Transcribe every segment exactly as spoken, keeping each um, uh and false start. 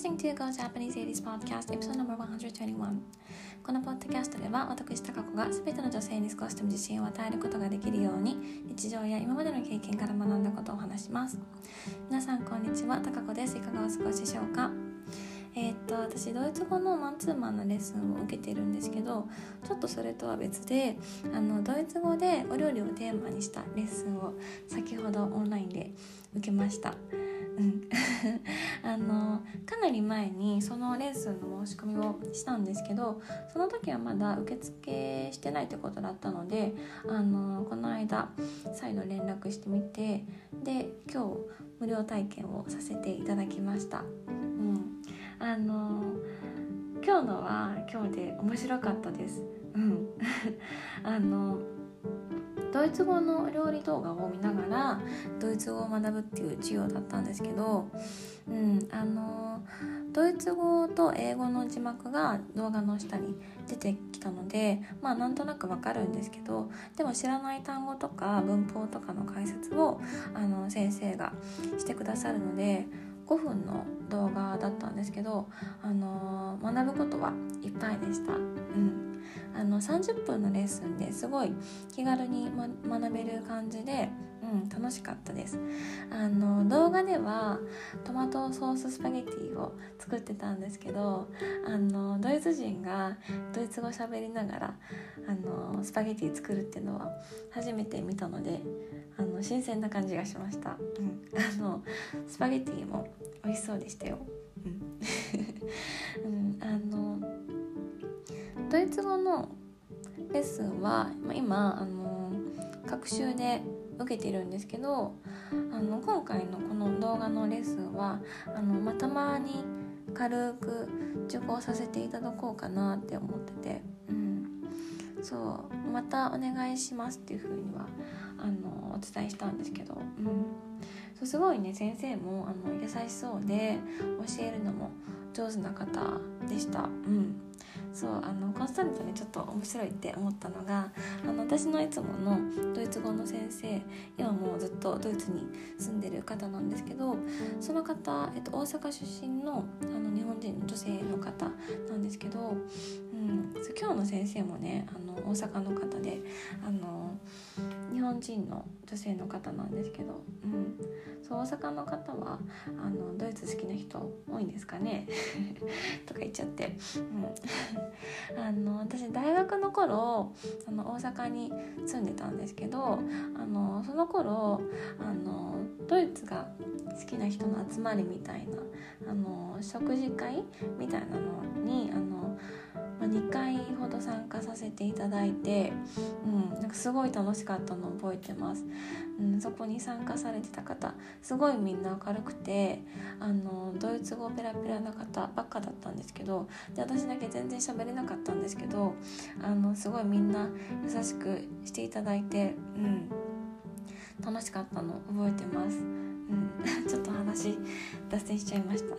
listening to Go Japanese エイティーズ Podcast Episode ナンバーワンハンドレッドトゥエンティワン。 このポッドキャストでは私タカ子が全ての女性に少しでも自信を与えることができるように日常や今までの経験から学んだことを話します。皆さんこんにちは、タカ子です。いかがお過ごしでしょうか。えー、っと私ドイツ語のマンツーマンのレッスンを受けているんですけど、ちょっとそれとは別であのドイツ語でお料理をテーマにしたレッスンを先ほどオンラインで受けました。うん、あのかなり前にそのレッスンの申し込みをしたんですけど、その時はまだ受付してないってことだったので、あのこの間再度連絡してみて、で今日無料体験をさせていただきました。うん、あの今日のは今日で面白かったです。うん、あのドイツ語の料理動画を見ながらドイツ語を学ぶっていう授業だったんですけど、うん、あのドイツ語と英語の字幕が動画の下に出てきたので、まあなんとなくわかるんですけど、でも知らない単語とか文法とかの解説をあの先生がしてくださるので、ごふんの動画だったんですけど、あの学ぶことはいっぱいでした。うん、あのさんじゅっぷんのレッスンですごい気軽に、ま、学べる感じで、うん、楽しかったです。あの動画ではトマトソーススパゲティを作ってたんですけど、あのドイツ人がドイツ語喋りながらあのスパゲティ作るっていうのは初めて見たので、あの新鮮な感じがしました。うん、あのスパゲティも美味しそうでしたよ。うん、あのドイツ語のレッスンは今あの学習で受けているんですけど、あの今回のこの動画のレッスンはあの、まあ、たまに軽く受講させていただこうかなって思ってて、うん、そうまたお願いしますっていう風にはあのお伝えしたんですけど、うん、そうすごいね先生もあの優しそうで教えるのも上手な方でした。うん、そうあのコンスタントにちょっと面白いって思ったのが、あの私のいつものドイツ語の先生、今もうずっとドイツに住んでる方なんですけど、その方、えっと、大阪出身の、あの日本人の女性の方なんですけど、うん、今日の先生もねあの大阪の方で、あの日本人の女性の方なんですけど、うん、そう大阪の方はあのドイツ好きな人多いんですかねとか言っちゃって、うん、あの私大学の頃あの大阪に住んでたんですけど、あのその頃あのドイツが好きな人の集まりみたいなあの食事会みたいなのにあのにかいほど参加させていただいて、うん、なんかすごい楽しかったのを覚えてます。うん、そこに参加されてた方すごいみんな明るくて、あのドイツ語ペラペラな方ばっかだったんですけど、で私だけ全然喋れなかったんですけど、あのすごいみんな優しくしていただいて、うん、楽しかったのを覚えてます。うん、ちょっと話脱線しちゃいました。うん、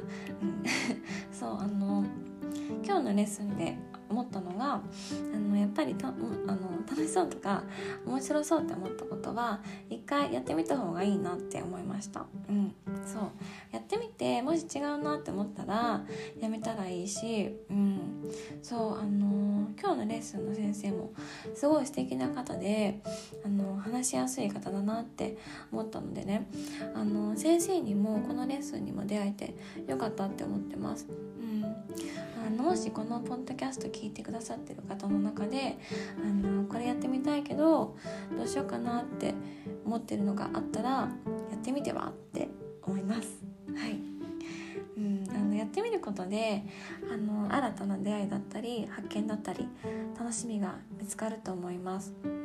そうあの今日のレッスンで思ったのが、あのやっぱりたあの楽しそうとか面白そうって思ったことは一回やってみた方がいいなって思いました。うん、そうやってみてもし違うなって思ったらやめたらいいし、うん、そうあの今日のレッスンの先生もすごい素敵な方で、あの話しやすい方だなって思ったのでね、あの先生にもこのレッスンにも出会えてよかったって思ってます。うん、あのもしこのポッドキャスト聞いてくださってる方の中で、あのこれやってみたいけどどうしようかなって思ってるのがあったらやってみてはって思います。はい、うん、あのやってみることであの新たな出会いだったり発見だったり楽しみが見つかると思います。うん、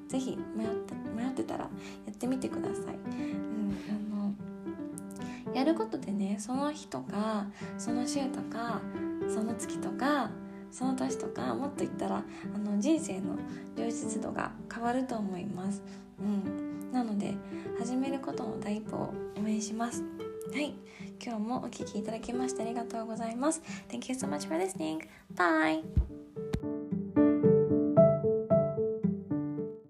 ぜひ迷って迷ってたらやってみてください。うん、あのやることでね、その日とかその週とかその月とかその年とかもっと言ったらあの人生の充実度が変わると思います。うん、なので始めることの第一歩を応援します。はい、今日もお聞きいただきましてありがとうございます。 Thank you so much for listening. Bye.